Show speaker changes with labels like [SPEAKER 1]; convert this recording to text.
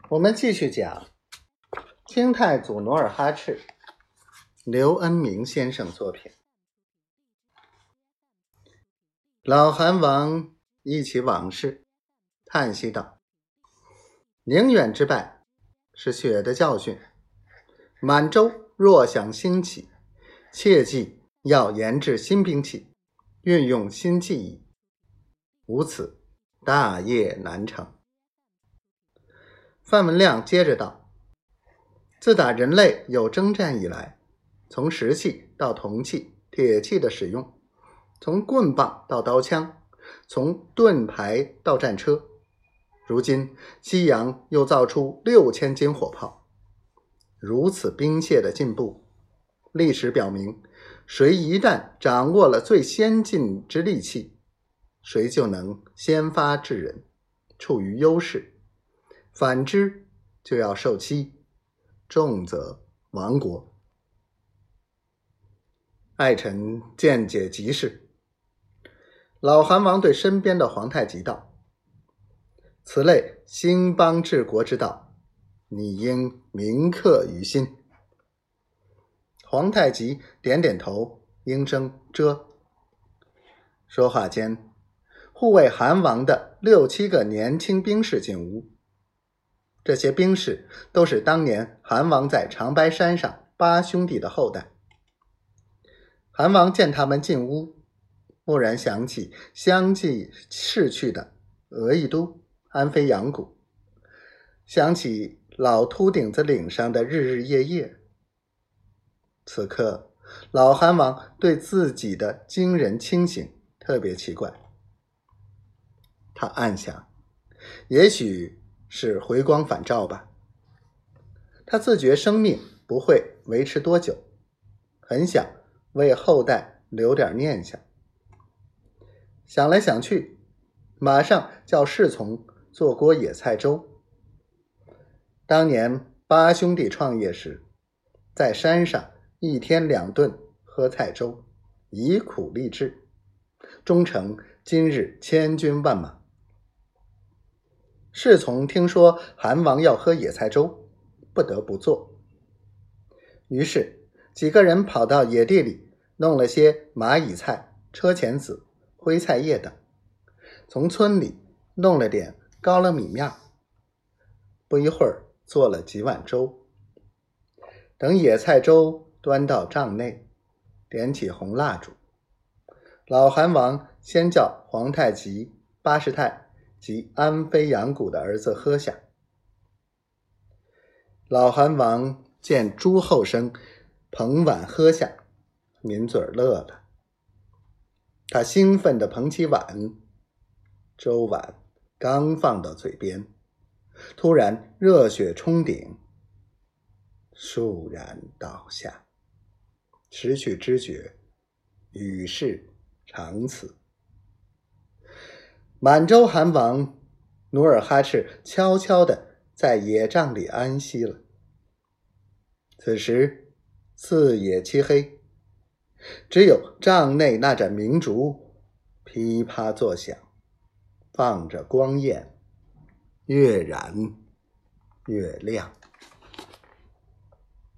[SPEAKER 1] 我们继续讲清太祖努尔哈赤，刘恩明先生作品。老韩王忆起往事，叹息道：宁远之败是血的教训，满洲若想兴起，切记要研制新兵器，运用新技艺，无此大业难成。范文亮接着道：自打人类有征战以来，从石器到铜器、铁器的使用，从棍棒到刀枪，从盾牌到战车，如今西洋又造出6000斤火炮。如此兵械的进步，历史表明，谁一旦掌握了最先进之利器，谁就能先发制人，处于优势，反之就要受欺，重则亡国。爱臣见解极是。老韩王对身边的皇太极道：此类兴邦治国之道，你应铭刻于心。皇太极点点头，应声遮。说话间，护卫韩王的6、7个年轻兵士进屋。这些兵士都是当年韩王在长白山上8兄弟的后代。韩王见他们进屋，蓦然想起相继逝去的额亦都、安非阳谷，想起老秃顶子岭上的日日夜夜。此刻老韩王对自己的惊人清醒特别奇怪。他暗想，也许是回光返照吧。他自觉生命不会维持多久，很想为后代留点念想。想来想去，马上叫侍从做锅野菜粥。当年8兄弟创业时，在山上1天2顿喝菜粥，以苦励志，终成今日千军万马。侍从听说韩王要喝野菜粥，不得不做。于是几个人跑到野地里弄了些蚂蚁菜、车前子、灰菜叶等，从村里弄了点高粱米面，不一会儿做了几碗粥。等野菜粥端到帐内，点起红蜡烛，老韩王先叫皇太极、八世太及安非阳谷的儿子喝下。老韩王见诸后生捧碗喝下，抿嘴乐了。他兴奋地捧起碗，粥碗刚放到嘴边，突然热血冲顶，倏然倒下，失去知觉，与世长辞。满洲韩王努尔哈赤悄悄地在野帐里安息了。此时四野漆黑，只有帐内那盏明烛噼啪作响，放着光焰，越燃越亮。